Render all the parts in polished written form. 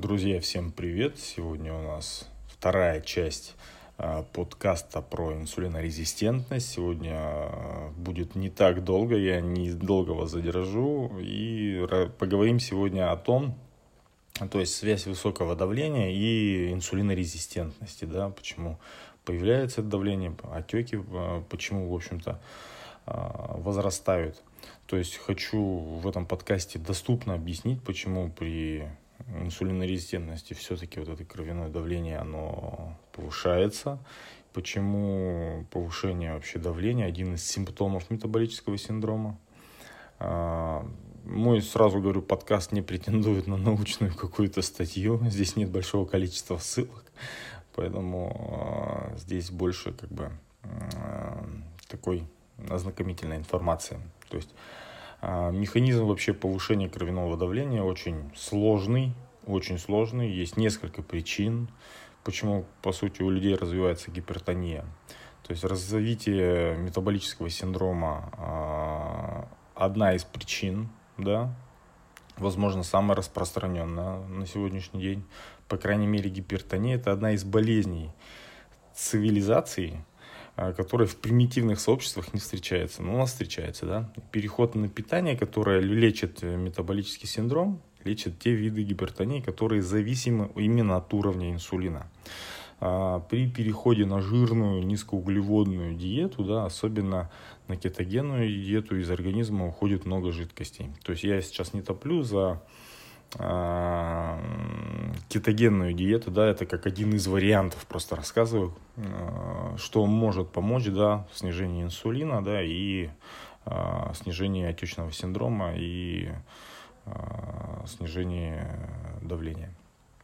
Друзья, всем привет! Сегодня у нас вторая часть подкаста про инсулинорезистентность. Сегодня будет не так долго, я недолго вас задержу. И поговорим сегодня о том, то есть связь высокого давления и инсулинорезистентности. Да, почему появляется это давление, отеки, почему, в общем-то, возрастают. То есть хочу в этом подкасте доступно объяснить, почему при инсулинорезистентности все-таки вот это кровяное давление, оно повышается. Почему повышение вообще давления один из симптомов метаболического синдрома. Мой, сразу говорю, подкаст не претендует на научную какую-то статью. Здесь нет большого количества ссылок. Поэтому здесь больше такой ознакомительной информации. То есть механизм вообще повышения кровяного давления очень сложный. Есть несколько причин, почему, по сути, у людей развивается гипертония. То есть развитие метаболического синдрома одна из причин, да, возможно, самая распространенная на сегодняшний день. По крайней мере, гипертония – это одна из болезней цивилизации, которая в примитивных сообществах не встречается. Но у нас встречается, да. Переход на питание, которое лечит метаболический синдром, лечит те виды гипертонии, которые зависимы именно от уровня инсулина. При переходе на жирную, низкоуглеводную диету, да, особенно на кетогенную диету, из организма уходит много жидкостей. То есть я сейчас не топлю за кетогенную диету, да, это как один из вариантов, просто рассказываю, что может помочь, да, в снижении инсулина, да, и снижении отечного синдрома и снижении давления.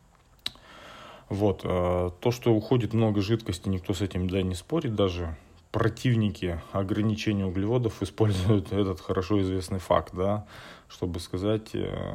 Вот, то, что уходит много жидкости, никто с этим, да, не спорит, даже противники ограничения углеводов используют этот хорошо известный факт, да, чтобы сказать,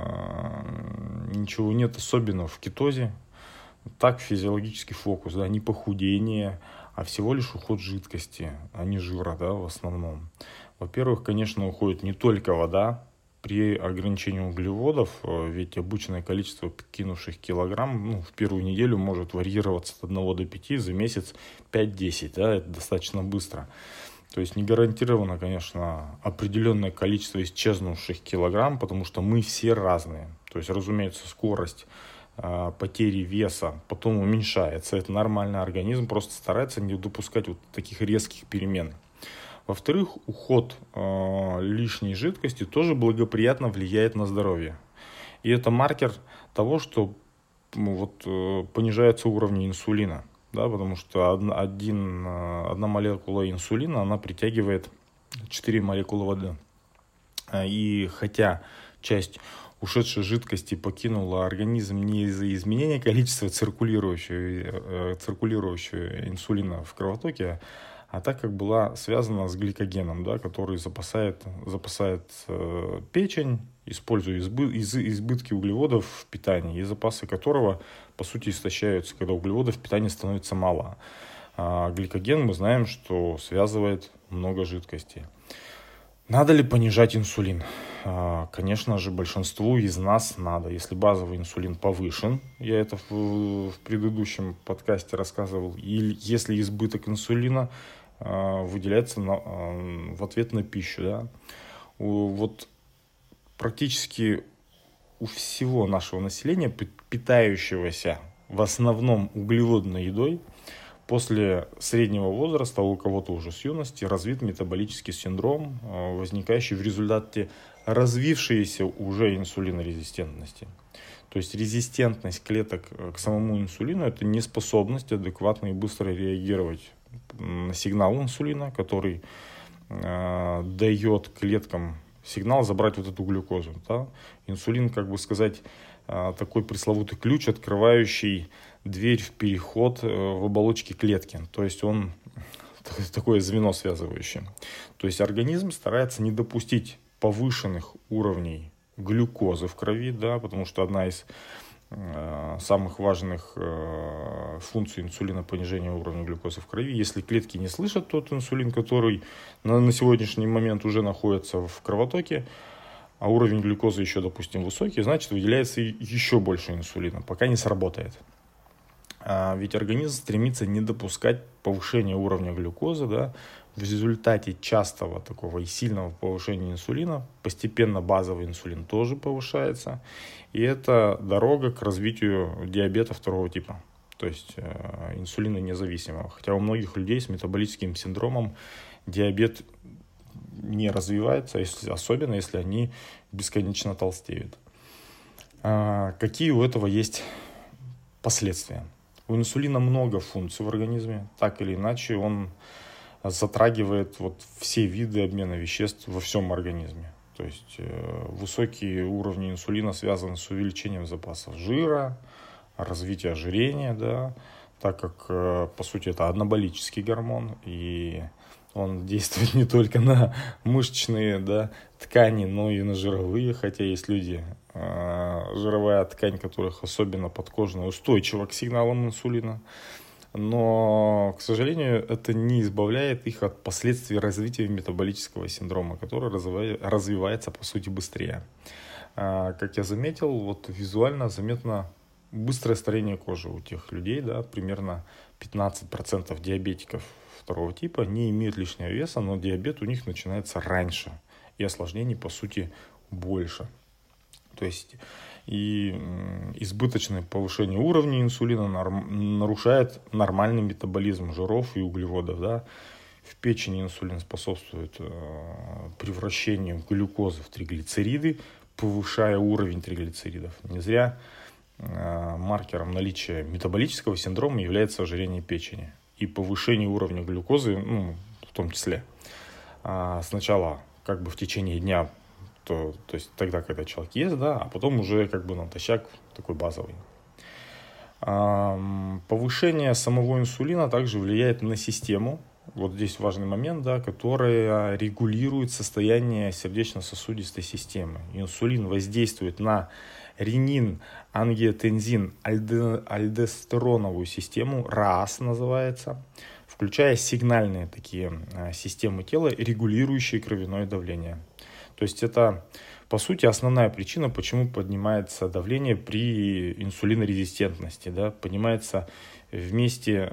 ничего нет особенного в кетозе. Так, физиологический фокус, да, не похудение, а всего лишь уход жидкости, а не жира, да, в основном. Во-первых, конечно, уходит не только вода. При ограничении углеводов, ведь обычное количество покинувших килограмм в первую неделю может варьироваться от 1 до 5, за месяц 5-10, да, это достаточно быстро. То есть не гарантировано, конечно, определенное количество исчезнувших килограмм, потому что мы все разные. То есть, разумеется, скорость потери веса потом уменьшается, это нормально, организм просто старается не допускать вот таких резких перемен. Во-вторых, уход лишней жидкости тоже благоприятно влияет на здоровье. И это маркер того, что понижаются уровни инсулина. Да, потому что одна молекула инсулина, она притягивает 4 молекулы воды. И хотя часть ушедшей жидкости покинула организм не из-за изменения количества циркулирующего инсулина в кровотоке, а так как была связана с гликогеном, да, который запасает печень, используя избытки углеводов в питании, и запасы которого, по сути, истощаются, когда углеводов в питании становится мало. А гликоген, мы знаем, что связывает много жидкости. Надо ли понижать инсулин? Конечно же, большинству из нас надо. Если базовый инсулин повышен, я это в предыдущем подкасте рассказывал, или если избыток инсулина выделяется в ответ на пищу. Да? Вот практически у всего нашего населения, питающегося в основном углеводной едой, после среднего возраста, а у кого-то уже с юности, развит метаболический синдром, возникающий в результате развившейся уже инсулинорезистентности. То есть резистентность клеток к самому инсулину – это неспособность адекватно и быстро реагировать на сигнал инсулина, который дает клеткам сигнал забрать вот эту глюкозу. Да? Инсулин, такой пресловутый ключ, открывающий дверь в переход в оболочке клетки. То есть он такое звено связывающее. То есть организм старается не допустить повышенных уровней глюкозы в крови, да, потому что одна из самых важных функций инсулина — понижение уровня глюкозы в крови. Если клетки не слышат тот инсулин, который на сегодняшний момент уже находится в кровотоке, а уровень глюкозы еще, допустим, высокий, значит, выделяется еще больше инсулина, пока не сработает. Ведь организм стремится не допускать повышения уровня глюкозы, да. В результате частого такого и сильного повышения инсулина постепенно базовый инсулин тоже повышается, и это дорога к развитию диабета второго типа, то есть инсулинонезависимого. Хотя у многих людей с метаболическим синдромом диабет не развивается, особенно если они бесконечно толстеют. Какие у этого есть последствия? У инсулина много функций в организме, так или иначе он затрагивает все виды обмена веществ во всем организме. То есть высокие уровни инсулина связаны с увеличением запасов жира, развитием ожирения, да, так как, по сути, это анаболический гормон, и он действует не только на мышечные, да, ткани, но и на жировые, хотя есть люди, жировая ткань которых особенно подкожная, устойчива к сигналам инсулина. Но, к сожалению, это не избавляет их от последствий развития метаболического синдрома, который развивается, по сути, быстрее. Как я заметил, визуально заметно быстрое старение кожи у тех людей, да, примерно 15% диабетиков второго типа не имеют лишнего веса, но диабет у них начинается раньше, и осложнений, по сути, больше. То есть и избыточное повышение уровня инсулина нарушает нормальный метаболизм жиров и углеводов. Да? В печени инсулин способствует превращению глюкозы в триглицериды, повышая уровень триглицеридов. Не зря маркером наличия метаболического синдрома является ожирение печени и повышение уровня глюкозы, в том числе. Сначала в течение дня, то есть тогда, когда человек ест, да, а потом уже натощак такой базовый. Повышение самого инсулина также влияет на систему. Вот здесь важный момент, да, которая регулирует состояние сердечно-сосудистой системы. Инсулин воздействует на ренин, ангиотензин, альдостероновую систему, РАС называется, включая сигнальные такие системы тела, регулирующие кровяное давление. То есть это, по сути, основная причина, почему поднимается давление при инсулинорезистентности. Да? Поднимается вместе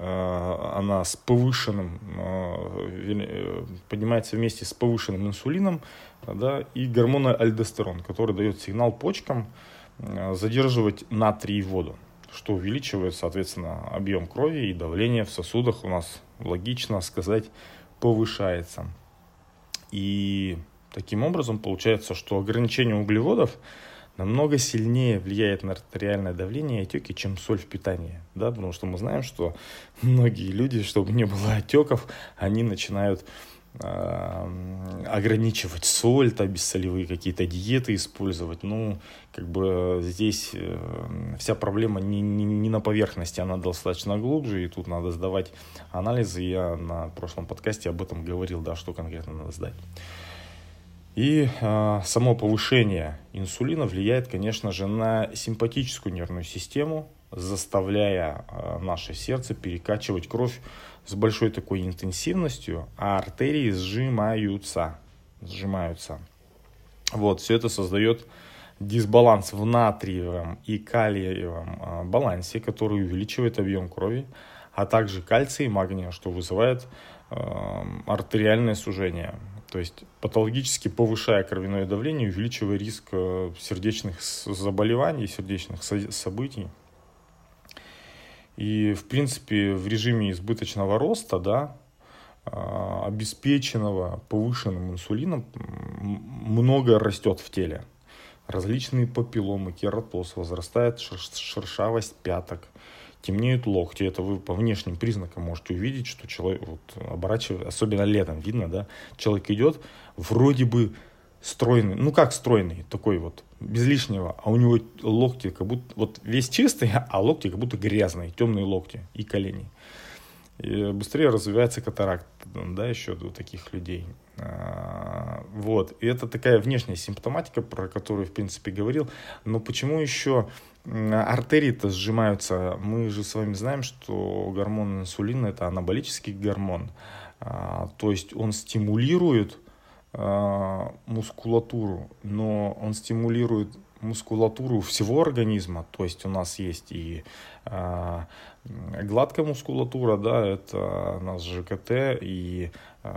вместе с повышенным инсулином, да, и гормон альдостерон, который дает сигнал почкам задерживать натрий и воду, что увеличивает, соответственно, объем крови, и давление в сосудах у нас, логично сказать, повышается. И таким образом получается, что ограничение углеводов намного сильнее влияет на артериальное давление и отеки, чем соль в питании. Да? Потому что мы знаем, что многие люди, чтобы не было отеков, они начинают ограничивать соль, бессолевые какие-то диеты использовать. Здесь вся проблема не на поверхности, она достаточно глубже, и тут надо сдавать анализы. Я на прошлом подкасте об этом говорил, да, что конкретно надо сдать. И само повышение инсулина влияет, конечно же, на симпатическую нервную систему, заставляя наше сердце перекачивать кровь с большой такой интенсивностью, а артерии сжимаются. Все это создает дисбаланс в натриевом и калиевом балансе, который увеличивает объем крови, а также кальция и магния, что вызывает артериальное сужение. То есть патологически повышая кровяное давление, увеличивая риск сердечных заболеваний, сердечных событий. И, в принципе, в режиме избыточного роста, да, обеспеченного повышенным инсулином, многое растет в теле. Различные папилломы, кератоз, возрастает шершавость пяток, темнеют локти. Это вы по внешним признакам можете увидеть, что человек, оборачивается, особенно летом видно, да, человек идет вроде бы стройный, как стройный, такой без лишнего, а у него локти как будто, весь чистый, а локти как будто грязные, темные локти и колени. И быстрее развивается катаракт, да, еще у таких людей. И это такая внешняя симптоматика, про которую, в принципе, говорил. Но почему еще артерии-то сжимаются? Мы же с вами знаем, что гормон инсулина – это анаболический гормон. То есть он стимулирует мускулатуру, но он стимулирует мускулатуру всего организма. То есть у нас есть и гладкая мускулатура, да, это у нас ЖКТ, и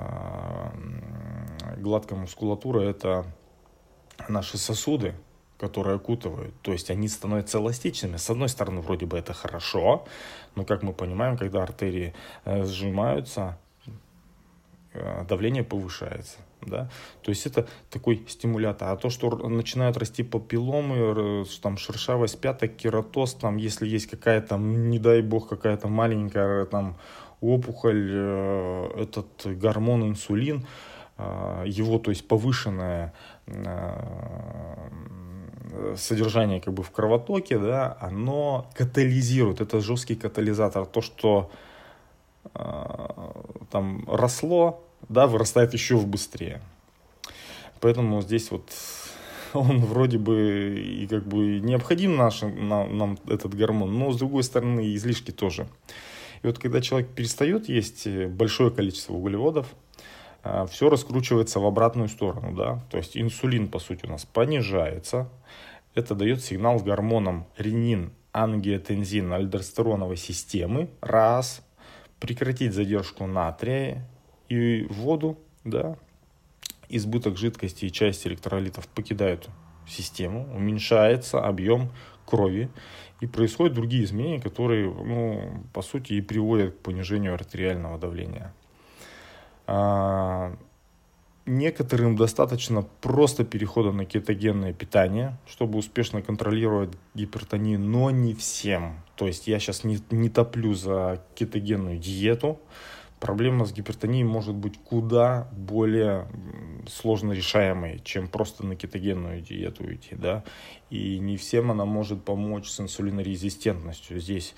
гладкая мускулатура это наши сосуды, которые окутывают. То есть они становятся эластичными. С одной стороны, вроде бы это хорошо, но, как мы понимаем, когда артерии сжимаются, давление повышается. Да? То есть это такой стимулятор. А то, что начинают расти папилломы, там шершавость пяток, кератоз, там, если есть какая-то, не дай бог, какая-то маленькая там, опухоль, этот гормон инсулин, его, то есть повышенное содержание как бы в кровотоке, да, оно катализирует, это жесткий катализатор, то, что там росло, да, вырастает еще быстрее. Поэтому здесь вот он вроде бы и как бы необходим нам этот гормон, но с другой стороны излишки тоже. И вот когда человек перестает есть большое количество углеводов, все раскручивается в обратную сторону, да, то есть инсулин, по сути, у нас понижается, это дает сигнал гормонам ренин, ангиотензин, альдостероновой системы, раз, прекратить задержку натрия и воду, да, избыток жидкости и часть электролитов покидают систему, уменьшается объем крови, и происходят другие изменения, которые, ну, по сути, и приводят к понижению артериального давления. Некоторым достаточно просто перехода на кетогенное питание, чтобы успешно контролировать гипертонию, но не всем. То есть я сейчас не топлю за кетогенную диету. Проблема с гипертонией может быть куда более сложно решаемой, чем просто на кетогенную диету идти, да. И не всем она может помочь с инсулинорезистентностью. Здесь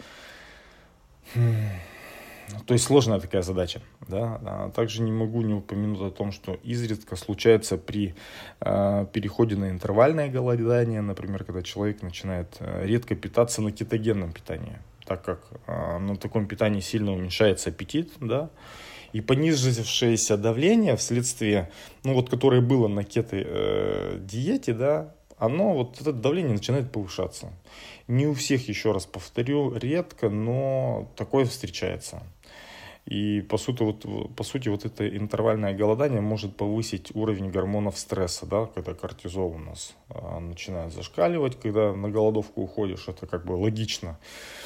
то есть сложная такая задача. Да? Также не могу не упомянуть о том, что изредка случается при переходе на интервальное голодание, например, когда человек начинает редко питаться на кетогенном питании, так как на таком питании сильно уменьшается аппетит, да? И понизившееся давление вследствие, ну вот, которое было на кето-диете, да, оно, вот это давление начинает повышаться. Не у всех, еще раз повторю, редко, но такое встречается. И по сути, вот это интервальное голодание может повысить уровень гормонов стресса, да, когда кортизол у нас начинает зашкаливать, когда на голодовку уходишь, это как бы логично.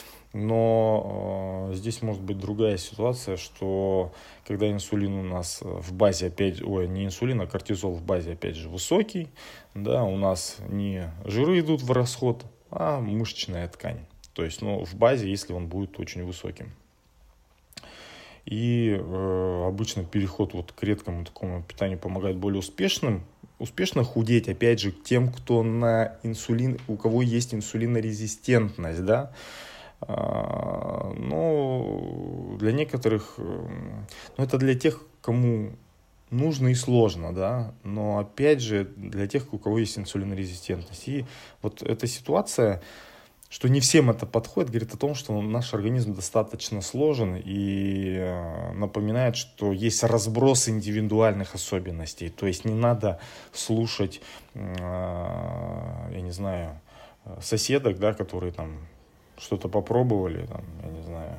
Но здесь может быть другая ситуация, что когда инсулин у нас в базе опять, не инсулин, а кортизол в базе опять же высокий, да, у нас не жиры идут в расход, а мышечная ткань. То есть, в базе, если он будет очень высоким. И обычно переход вот к редкому такому питанию помогает более успешно худеть, опять же, тем, кто на инсулин, у кого есть инсулинорезистентность, да. Но для некоторых, это для тех, кому нужно и сложно, да, но опять же для тех, у кого есть инсулинорезистентность. И вот эта ситуация, что не всем это подходит, говорит о том, что наш организм достаточно сложен и напоминает, что есть разброс индивидуальных особенностей. То есть не надо слушать, я не знаю, соседок, да, которые там что-то попробовали, там, я не знаю,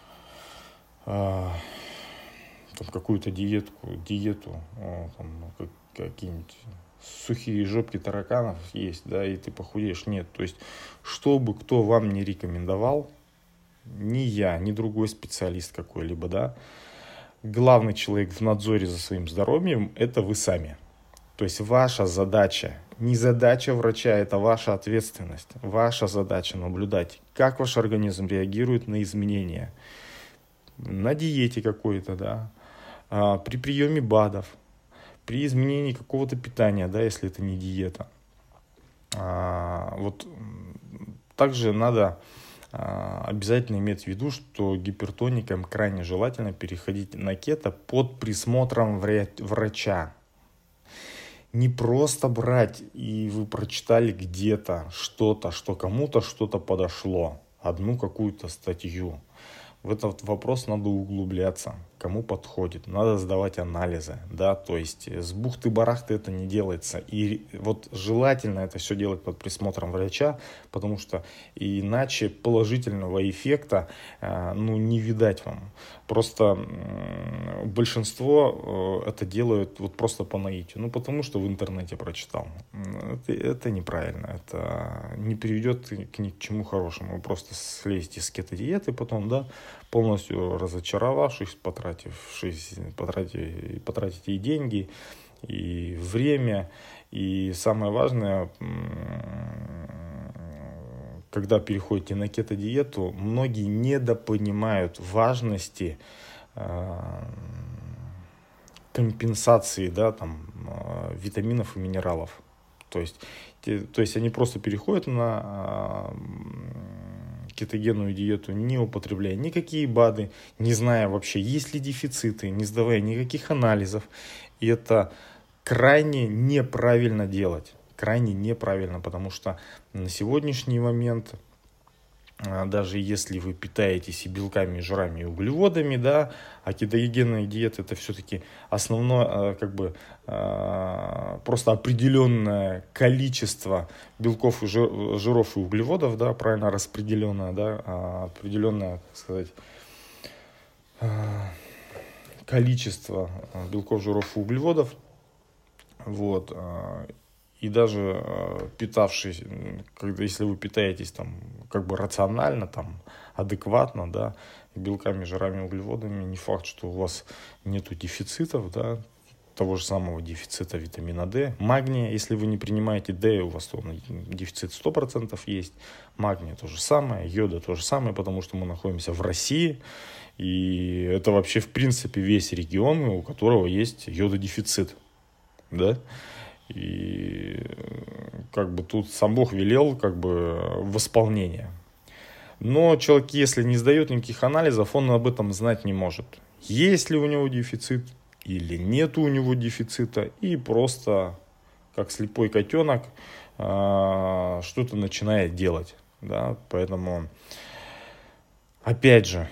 там какую-то диету, там, какие-нибудь сухие жопки тараканов есть, да, и ты похудеешь. Нет, то есть, что бы кто вам не рекомендовал, ни я, ни другой специалист какой-либо, да, главный человек в надзоре за своим здоровьем – это вы сами. То есть ваша задача, не задача врача, это ваша ответственность. Ваша задача наблюдать, как ваш организм реагирует на изменения. На диете какой-то, да, при приеме БАДов, при изменении какого-то питания, да, если это не диета. Вот также надо обязательно иметь в виду, что гипертоникам крайне желательно переходить на кето под присмотром врача. Не просто брать, и вы прочитали где-то что-то, что кому-то что-то подошло, одну какую-то статью. В этот вопрос надо углубляться. кому подходит, надо сдавать анализы, да, то есть с бухты-барахты это не делается, и вот желательно это все делать под присмотром врача, потому что иначе положительного эффекта, не видать вам. Просто большинство это делают вот просто по наитию, потому что в интернете прочитал. Это неправильно, это не приведет к ни к чему хорошему. Вы просто слезете с кето-диеты потом, да, полностью разочаровавшись, потратите и деньги, и время. И самое важное, когда переходите на кето-диету, многие недопонимают важности компенсации, да, витаминов и минералов. То есть они просто переходят на кетогенную диету, не употребляя никакие БАДы, не зная вообще, есть ли дефициты, не сдавая никаких анализов. И это крайне неправильно делать. Крайне неправильно, потому что на сегодняшний момент, даже если вы питаетесь и белками, и жирами, и углеводами, да, а кетогенная диета это все-таки основное, просто определенное количество белков, и жиров и углеводов, да, правильно распределенное, да, определенное, так сказать, количество белков, жиров и углеводов, вот. И даже питавшись, если вы питаетесь рационально, адекватно, да, белками, жирами, углеводами, не факт, что у вас нету дефицитов, да, того же самого дефицита витамина D, магния, если вы не принимаете D, у вас дефицит 100% есть, магния то же самое, йода то же самое, потому что мы находимся в России, и это вообще в принципе весь регион, у которого есть йододефицит, да. И тут сам Бог велел в исполнение. Но человек, если не сдает никаких анализов, он об этом знать не может. Есть ли у него дефицит или нет у него дефицита. И просто, как слепой котенок, что-то начинает делать. Да? Поэтому, опять же,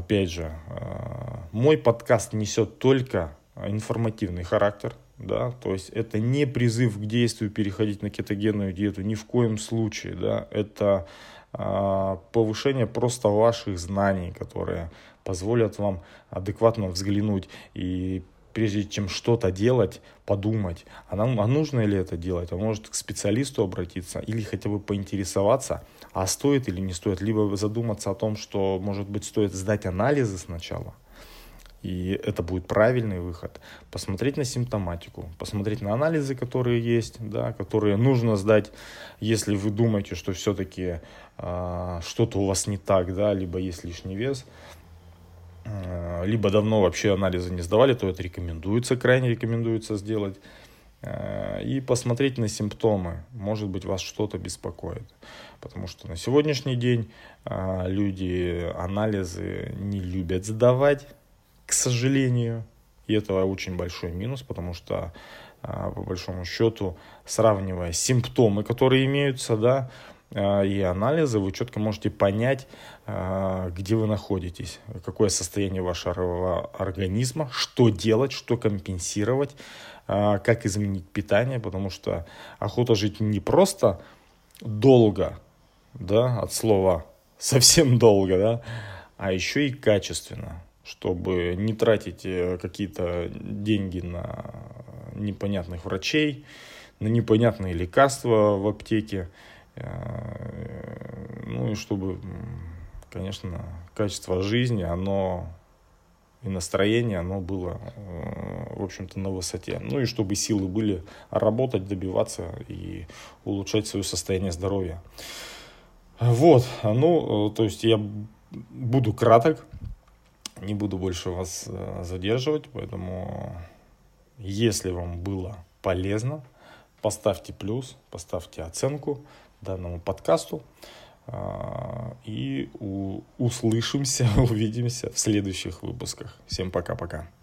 мой подкаст несет только информативный характер. Да, то есть это не призыв к действию переходить на кетогенную диету ни в коем случае, да, это повышение просто ваших знаний, которые позволят вам адекватно взглянуть и прежде чем что-то делать, подумать, а нужно ли это делать, а может к специалисту обратиться или хотя бы поинтересоваться, а стоит или не стоит, либо задуматься о том, что может быть стоит сдать анализы сначала. И это будет правильный выход. Посмотреть на симптоматику, посмотреть на анализы, которые есть, да, которые нужно сдать, если вы думаете, что все-таки что-то у вас не так, да, либо есть лишний вес, либо давно вообще анализы не сдавали, то это крайне рекомендуется сделать. И посмотреть на симптомы. Может быть, вас что-то беспокоит. Потому что на сегодняшний день люди анализы не любят сдавать, к сожалению, и это очень большой минус, потому что, по большому счету, сравнивая симптомы, которые имеются, да, и анализы, вы четко можете понять, где вы находитесь, какое состояние вашего организма, что делать, что компенсировать, как изменить питание, потому что охота жить не просто долго, да, от слова совсем долго, да, а еще и качественно, чтобы не тратить какие-то деньги на непонятных врачей, на непонятные лекарства в аптеке. Ну и чтобы, конечно, качество жизни, и настроение, оно было, в общем-то, на высоте. Ну и чтобы силы были работать, добиваться и улучшать свое состояние здоровья. Вот, то есть я буду краток. Не буду больше вас задерживать, поэтому если вам было полезно, поставьте плюс, поставьте оценку данному подкасту и услышимся, увидимся в следующих выпусках. Всем пока-пока.